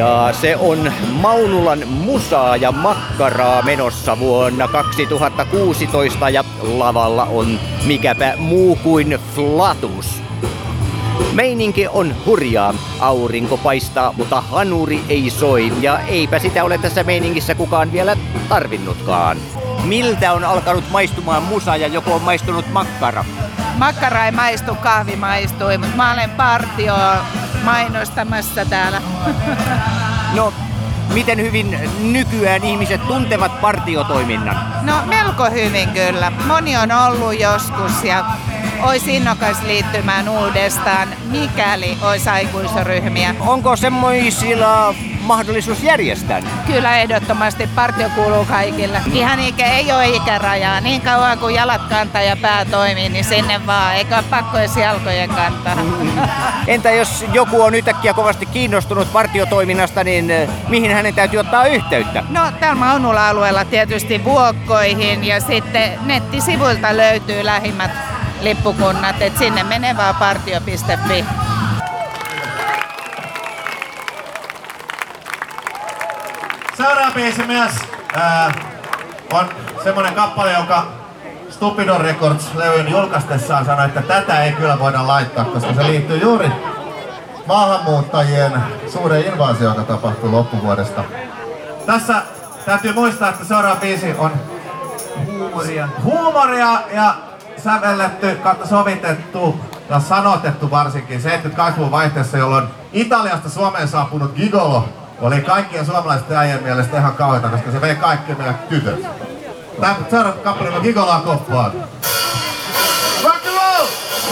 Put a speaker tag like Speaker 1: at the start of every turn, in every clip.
Speaker 1: Ja se on Maunulan musaa ja makkaraa menossa vuonna 2016 ja lavalla on mikäpä muu kuin Flatus. Meininki on hurjaa, aurinko paistaa, mutta hanuri ei soi ja eipä sitä ole tässä meiningissä kukaan vielä tarvinnutkaan. Miltä on alkanut maistumaan musa ja joko on maistunut makkara?
Speaker 2: Makkara ei maistu, kahvi maistui, mutta mä olen partio mainostamassa täällä.
Speaker 1: No, miten hyvin nykyään ihmiset tuntevat partiotoiminnan?
Speaker 2: No melko hyvin kyllä. Moni on ollut joskus ja olisi innokas liittymään uudestaan, mikäli olisi aikuisryhmiä.
Speaker 1: Onko semmoisilla mahdollisuus järjestää?
Speaker 2: Kyllä ehdottomasti partio kuuluu kaikille. Ihan ei ole ikärajaa. Niin kauan kuin jalat kantaa ja pää toimii, niin sinne vaan. Eikä ole pakko edes jalkojen kantaa.
Speaker 1: Entä jos joku on yhtäkkiä kovasti kiinnostunut partiotoiminnasta, niin mihin hänen täytyy ottaa yhteyttä?
Speaker 2: No täällä Maunula-alueella tietysti Vuokkoihin ja sitten nettisivuilta löytyy lähimmät lippukunnat, että sinne menee vaan partio.fi.
Speaker 3: Seuraava biisi myös on semmonen kappale, joka Stupidon Records-levyn julkaistessaan sanoi, että tätä ei kyllä voida laittaa, koska se liittyy juuri maahanmuuttajien suureen invaasioon, joka tapahtui loppuvuodesta. Tässä täytyy muistaa, että seuraava biisi on huumoria ja sävelletty, sovitettu ja sanotettu varsinkin 70-luvun vaihteessa, jolloin Italiasta Suomeen saapunut Gigolo oli kaikkien suomalaisten äijien mielestä ihan kauheita, koska se vei kaikki meidän tytöt. Tämä seuraava kappale on Gigoloa koppaan. Rock and roll!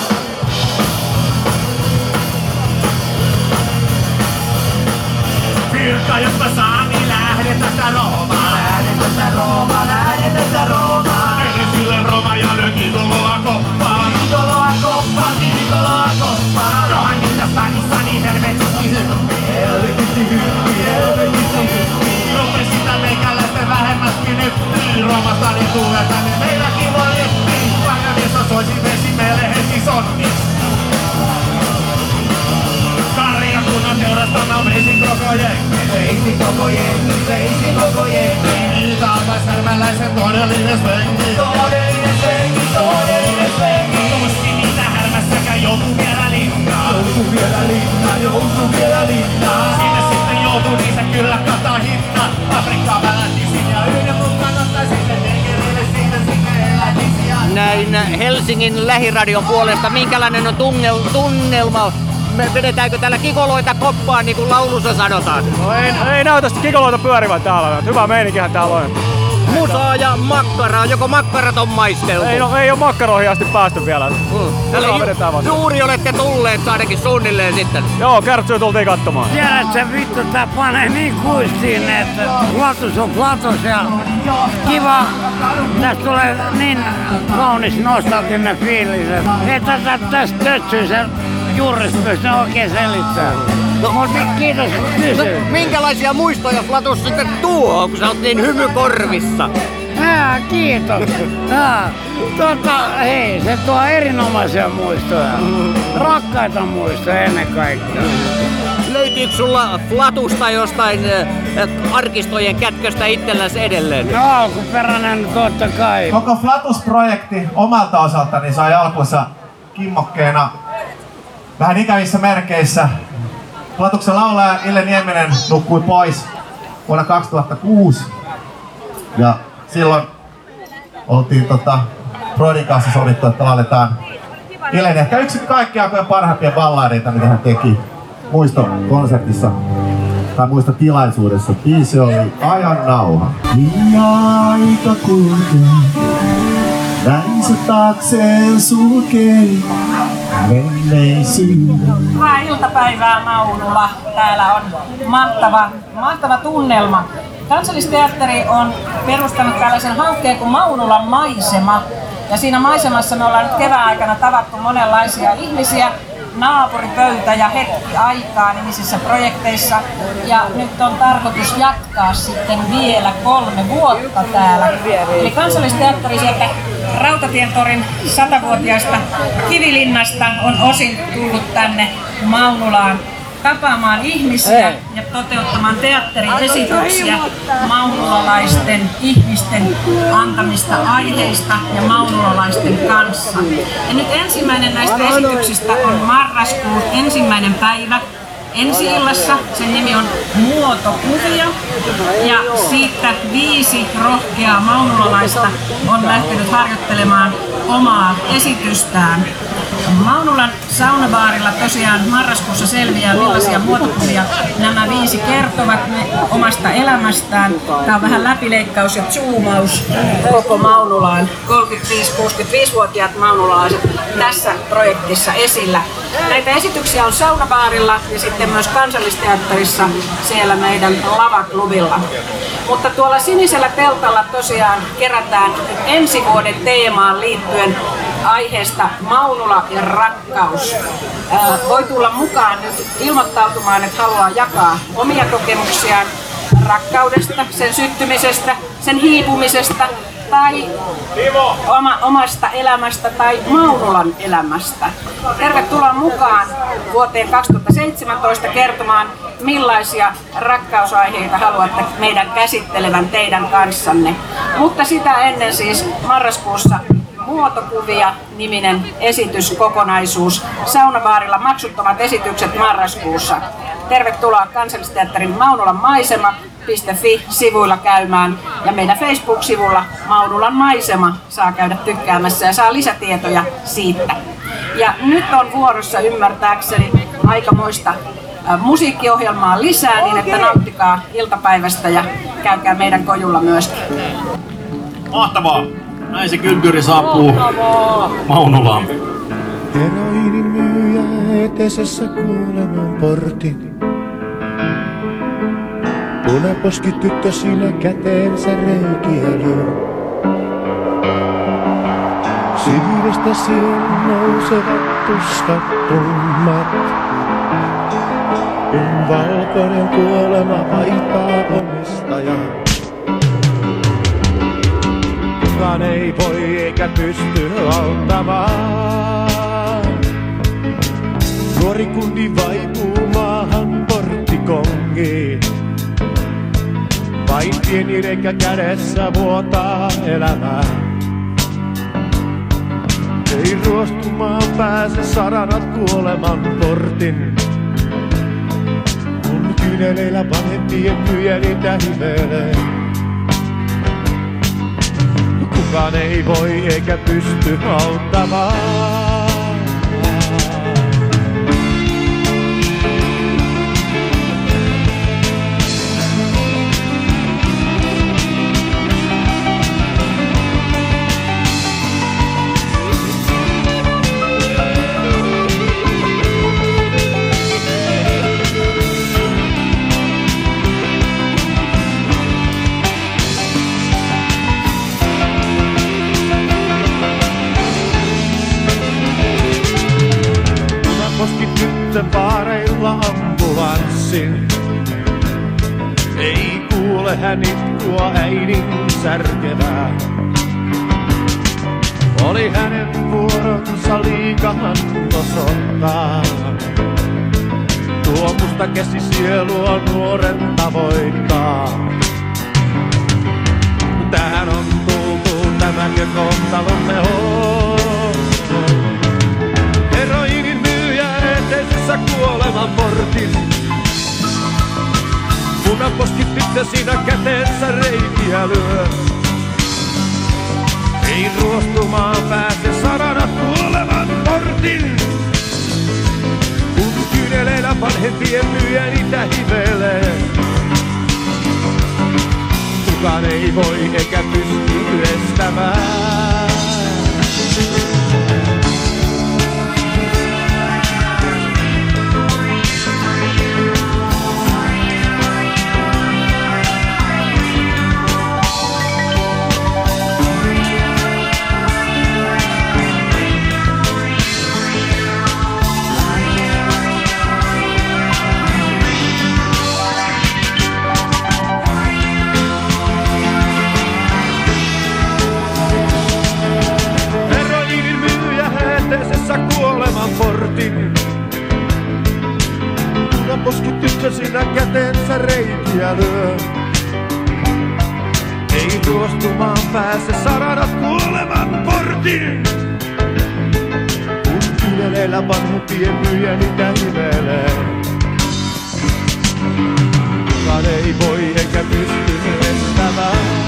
Speaker 4: Virka, jos mä saan, niin lähdetään sitä Roomaa. Lähdetään Roomaa, lähdetään Roomaa. Mene sille Rooma ja lyö Gigoloa koppaan. Gigoloa koppaan, Gigoloa koppaan. Johannissa Spanissa niin helvetisti hyppi. Helvetisti hyppi, helvetisti hyppi. Rupes sitä meikäläisten vähemmätkin nyppii. Roomasta niin tulee tänne meilläkin voi nyppii. Päivämies on soisin vesi meille heti sonnis. Karja kunnan teurastama veisin koko jengi. Veisin koko jengi, veisin koko jengi. Niitä altais härmäläisen todellinen svengi. Todellinen svengi, todellinen svengi. Tuskin niitä härmässäkään joutuu vielä linnaan. Joutuu vielä linnaan, joutuu vielä linnaan. Sinne sitten joutuu niitä kyllä kataa hintaan. Afrikkaa välähtisin ja yhden mun kannattaisin sen tenkeleille siitä sinne elätisiä.
Speaker 1: Näin Helsingin lähiradion puolesta, minkälainen on tunnelma? Vedetäänkö täällä gigoloita koppaan, niin kuin laulussa sanotaan?
Speaker 5: No ei näytä gigoloita pyörivän täällä. Hyvä meininkihän täällä on.
Speaker 1: Musaa ja makkaraa. Joko makkarat on maisteltu?
Speaker 5: Ei ole makkaroihin asti päästy vielä.
Speaker 1: Juuri olette tulleet ainakin suunnilleen sitten.
Speaker 5: Joo, Kärtsyyn tultiin katsomaan.
Speaker 6: Tiedätkö vittu, tää panee niin kuistiin, että Flatus on Flatus ja kiva. Tästä tulee niin kaunis nostalginen fiilis. Ei tästä tötsyy se juurista pysty oikein selittämään. Mutta kiitos, kysy.
Speaker 1: Minkälaisia muistoja Flatus sitten tuo, kun sä oot niin hymy korvissa?
Speaker 6: Kiitos. Hei, se tuo erinomaisia muistoja. Rakkaita muistoja ennen kaikkea.
Speaker 1: Löytyykö sulla Flatusta jostain arkistojen kätköstä itselläsi edelleen?
Speaker 6: No, alkuperäinen totta kai.
Speaker 3: Koko Flatus-projekti omalta osaltani sai alkunsa kimmokkeena vähän ikävissä merkeissä. Flatuksen laulaja Ille Nieminen nukkui pois vuonna 2006. Ja silloin oltiin Broidin kanssa sovittu, että lauletaan Illen ehkä yksi kaikkien aikojen parhaimpia balladeita, mitä hän teki muistokonsertissa tai muistotilaisuudessa. Biisi oli Ajan nauha. Aika kulkee, näin se taakseen sulkee.
Speaker 7: Hyvää iltapäivää Maunula. Täällä on mahtava tunnelma. Kansallisteatteri on perustanut tällaisen hankkeen kuin Maunulan maisema. Ja siinä maisemassa me ollaan nyt kevään aikana tavattu monenlaisia ihmisiä. Naapuripöytä ja hetki aikaa nimisissä projekteissa. Ja nyt on tarkoitus jatkaa sitten vielä 3 vuotta täällä. Eli Kansallisteatteri sieltä Rautatientorin 100-vuotiaasta Kivilinnasta on osin tullut tänne Maunulaan tapaamaan ihmisiä ja toteuttamaan teatteriesityksiä maunulalaisten ihmisten antamista aiheista ja maunulalaisten kanssa. Ja nyt ensimmäinen näistä esityksistä on marraskuun 1. päivä. Ensi-illassa, sen nimi on Muotokuvia, ja siitä 5 rohkeaa maunulalaista on lähtenyt harjoittelemaan omaa esitystään. Maunulan saunabaarilla tosiaan marraskuussa selviää, millaisia muotokuvia nämä 5 kertovat ne omasta elämästään. Tämä on vähän läpileikkaus ja zoomaus koko Maunulaan. 35-65-vuotiaat maunulalaiset tässä projektissa esillä. Näitä esityksiä on saunabaarilla ja sitten myös Kansallisteatterissa siellä meidän lavaklubilla. Mutta tuolla sinisellä teltalla tosiaan kerätään ensi vuoden teemaan liittyen aiheesta Maunula ja rakkaus. Voi tulla mukaan nyt ilmoittautumaan, että haluaa jakaa omia kokemuksiaan rakkaudesta, sen syttymisestä, sen hiipumisesta tai omasta elämästä tai Maunulan elämästä. Tervetuloa mukaan vuoteen 2017 kertomaan, millaisia rakkausaiheita haluatte meidän käsittelevän teidän kanssanne. Mutta sitä ennen siis marraskuussa Muotokuvia-niminen esityskokonaisuus. Saunabaarilla maksuttomat esitykset marraskuussa. Tervetuloa Kansallisteatterin Maunulan maisema.fi-sivuilla käymään ja meidän Facebook-sivulla Maunulan maisema saa käydä tykkäämässä ja saa lisätietoja siitä. Ja nyt on vuorossa ymmärtääkseni aikamoista musiikkiohjelmaa lisää niin, että nauttikaa iltapäivästä ja käykää meidän kojulla myöskin.
Speaker 8: Mahtavaa! Näin se kylkyri saapuu Maunulaan.
Speaker 4: Heroinin myyjä eteisessä kuoleman portin. Punaposki tyttö siinä käteensä reikiä lyö. Syydestä siellä nousevat tuskatummat. Kun valkoinen kuolema vaihtaa omistajaa. Kukaan ei voi eikä pysty auttamaan. Nuori kundi vaipuu maahan porttikongiin. Vain pieni reikä kädessä vuotaa elämää. Ei ruostumaan pääse saranat kuoleman portin. Kun kyyneleillä vanhempien myyjä niitä hivelee. Kukaan ei voi eikä pysty auttamaan. Baareilla ambulanssin. Ei kuule hän itkua äidin särkevää. Oli hänen vuoronsa liikahan osoittaa. Tuo musta käsi sielua nuoren tavoittaa. Tähän on tultu tämäkö kohtalomme on. Heroinin myyjä eteisessä kuoleman portin. Punaposki tyttö siinä käteensä reikiä lyö. Ei ruostumaan pääse saranat kuoleman portin. Kun kyyneleillä vanhempien myyjä niitä hivelee. Kukaan ei voi eikä pysty estämään. kätensä reikiä lyö. Ei tuostumaan pääse saradat kuoleman portin. Kun kyleleillä vanhempien myyjä niitä hivelee. Kukaan ei voi eikä pysty estämään.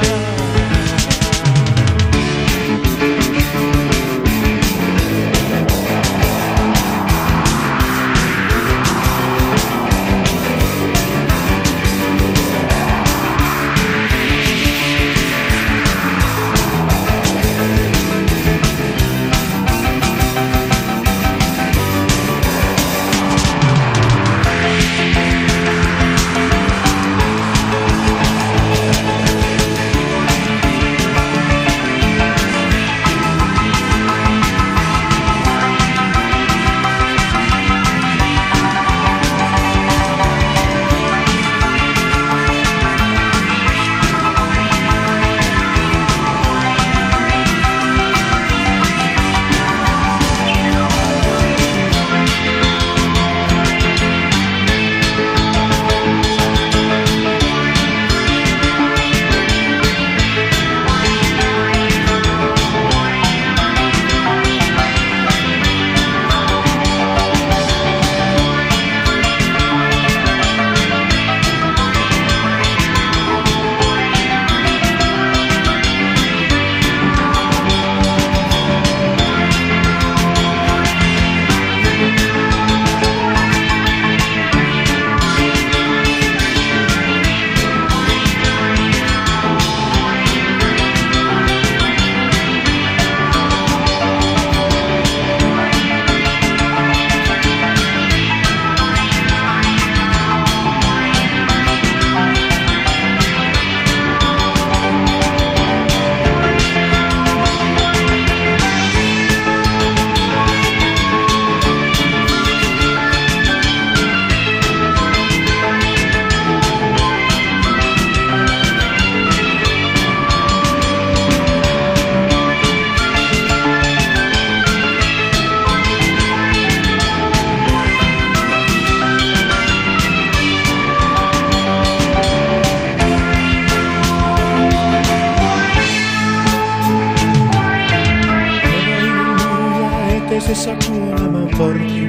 Speaker 4: Eteisessä kuoleman portti.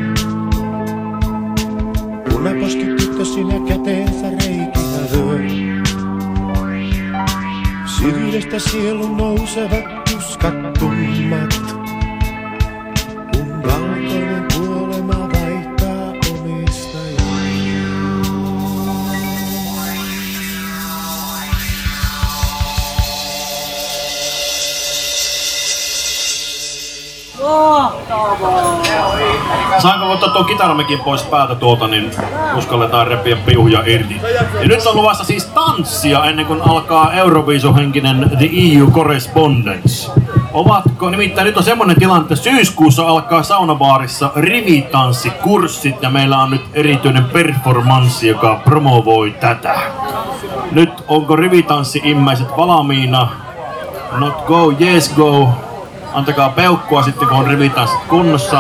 Speaker 4: Punaposki tyttö sinä käteensä reikinä lyö. Syvyydestä sielun nousevat tuskat tummat. Kun valkoinen kuolema vaihtaa omistajaa.
Speaker 8: Saanko ottaa tuon kitaramekin pois päältä tuolta, niin uskalletaan repiä piuhja irti. Ja nyt on luvassa siis tanssia ennen kuin alkaa Euroviisuhenkinen The EU Correspondence. Ovatko, nimittäin nyt on semmonen tilanne, että syyskuussa alkaa saunabaarissa rivitanssikurssit ja meillä on nyt erityinen performanssi, joka promovoi tätä. Nyt onko rivitanssi-immäiset valmiina? Not go, yes go. Antakaa peukkua sitten, kun on rivitanssit kunnossa.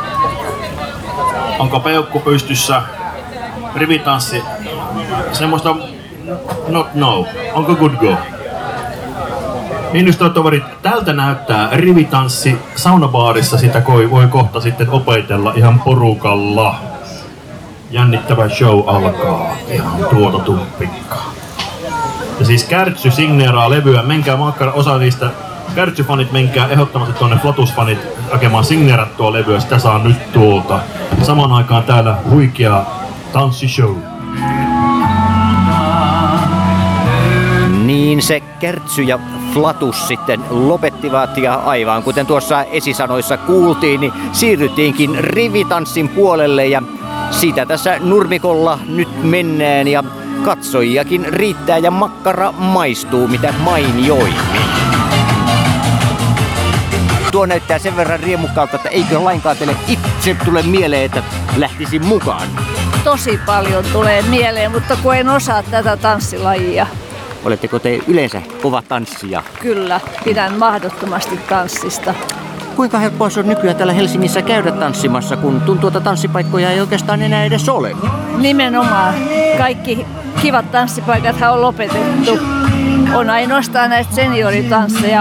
Speaker 8: Onko peukku pystyssä? Rivitanssi. Semmoista not no. Onko good go? Niin ystävätoverit, tältä näyttää rivitanssi saunabaarissa. Sitä voi kohta sitten opetella ihan porukalla. Jännittävä show alkaa ihan tuota tumpikkaa. Ja siis Kärtsy signeeraa levyä. Menkää makkara osa niistä Kärtsy-fanit, menkää ehdottomasti tuonne Flatus-fanit hakemaan signeerattua levyä. Sitä saa nyt tuolta. Samaan aikaan täällä huikea tanssishow.
Speaker 1: Niin se Kärtsy ja Flatus sitten lopettivat ja aivan kuten tuossa esisanoissa kuultiin, niin siirryttiinkin rivitanssin puolelle ja sitä tässä nurmikolla nyt mennään ja katsojiakin riittää ja makkara maistuu mitä mainioimmin. Tuo näyttää sen verran riemukkaalta, että eikö lainkaan teille itse tule mieleen, että lähtisin mukaan?
Speaker 9: Tosi paljon tulee mieleen, mutta kun en osaa tätä tanssilajia.
Speaker 1: Oletteko te yleensä kova tanssija?
Speaker 9: Kyllä, pidän mahdottomasti tanssista.
Speaker 1: Kuinka helppoa se on nykyään täällä Helsingissä käydä tanssimassa, kun tuntuu, että tanssipaikkoja ei oikeastaan enää edes ole?
Speaker 9: Nimenomaan. Kaikki kivat tanssipaikat on lopetettu. On ainoastaan näitä senioritansseja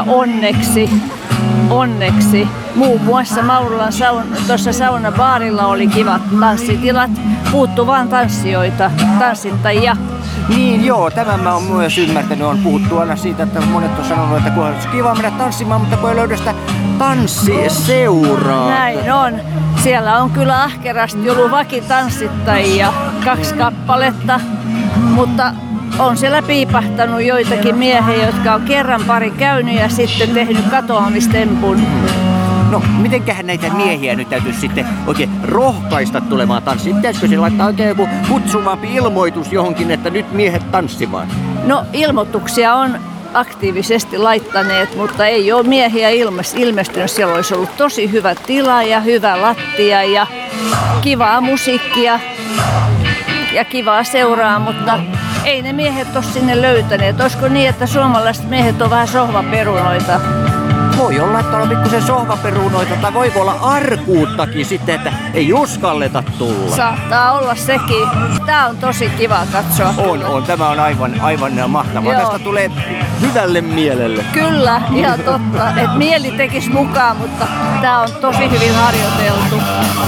Speaker 9: onneksi. Muun muassa Maunulan tuossa saunabaarilla oli kivat tanssitilat. Puuttu vaan tanssittajia.
Speaker 1: Niin joo, tämän mä oon myös ymmärtänyt. On puhuttu aina siitä, että monet on sanonut, että kun olisi kiva mennä tanssimaan, mutta kun ei löydä sitä tanssiseuraa.
Speaker 9: Näin on. Siellä on kyllä ahkerasti ollut vakitanssittajia, 2 kappaletta, mutta on siellä piipahtanut joitakin miehiä, jotka on kerran pari käynyt ja sitten tehnyt katoamistempun.
Speaker 1: No, mitenköhän näitä miehiä nyt täytyisi sitten oikein rohkaista tulemaan tanssiin? Pitäisikö siellä laittaa oikein joku kutsumampi ilmoitus johonkin, että nyt miehet tanssimaan?
Speaker 9: No, ilmoituksia on aktiivisesti laittaneet, mutta ei ole miehiä ilmestynyt. Siellä olisi ollut tosi hyvä tila ja hyvä lattia ja kivaa musiikkia ja kivaa seuraa, mutta ei ne miehet ole sinne löytäneet. Olisiko niin, että suomalaiset miehet on vähän sohvaperunoita?
Speaker 1: Voi olla, että on pikkusen sohvaperunoita tai voi olla arkuuttakin sitten, että ei uskalleta tulla.
Speaker 9: Saattaa olla sekin. Tää on tosi kiva katsoa.
Speaker 1: On. Tämä on aivan mahtavaa.
Speaker 9: Joo.
Speaker 1: Tästä tulee hyvälle mielelle.
Speaker 9: Kyllä, ihan totta. Et mieli tekisi mukaan, mutta tää on tosi hyvin harjoiteltu.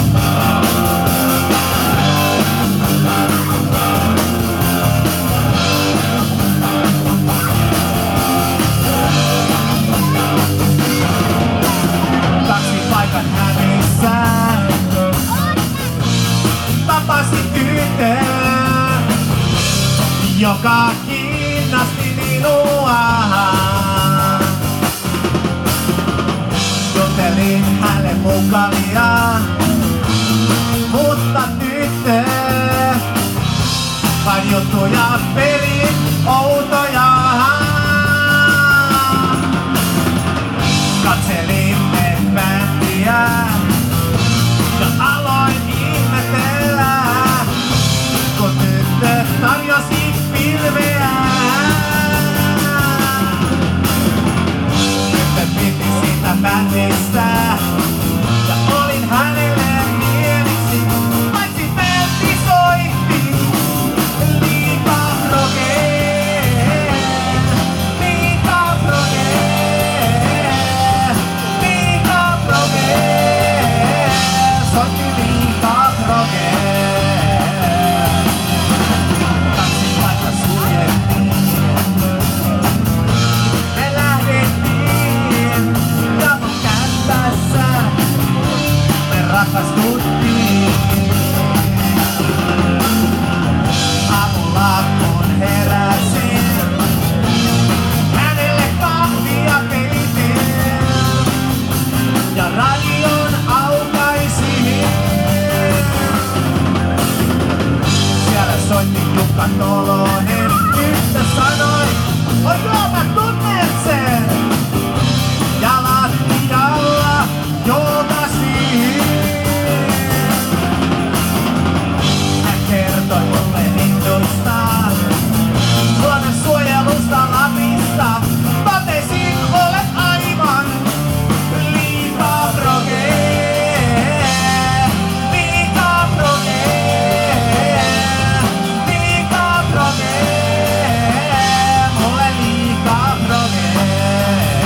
Speaker 4: Tapasin tytön, joka kiinnosti minua. Jutelin hänelle mukavia, mutta tyttö vain juttuja pelin outoja. Katselimme bändiä ja aloin ihmetellä, kun tyttö tarjosi pilveä. Tyttö piti siitä bändistä ja olin hänelle mieliksi, paitsi bändi soitti liikaa rokeen, liikaa rokeen, liikaa rokeen, soitti liikaa rokeen. Tanssipaikka suljettiin, me lähdettiin ja mun kämpässä me rakastuttiin. Aamulla kun heräsin, hänelle kahvia keitin ja radion aukaisin. Siellä soitti Jukka Tolonen, tyttö sanoi, oi joo mä tunnen sen. Ja lattialla joutasin. Hän kertoi mulle lintuista, luonnonsuojelusta Lapista. Totesin, olet aivan liikaa progee, liikaa progee, liikaa progee, mulle liikaa progee.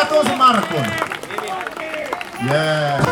Speaker 3: tunsi Markun? Yeah.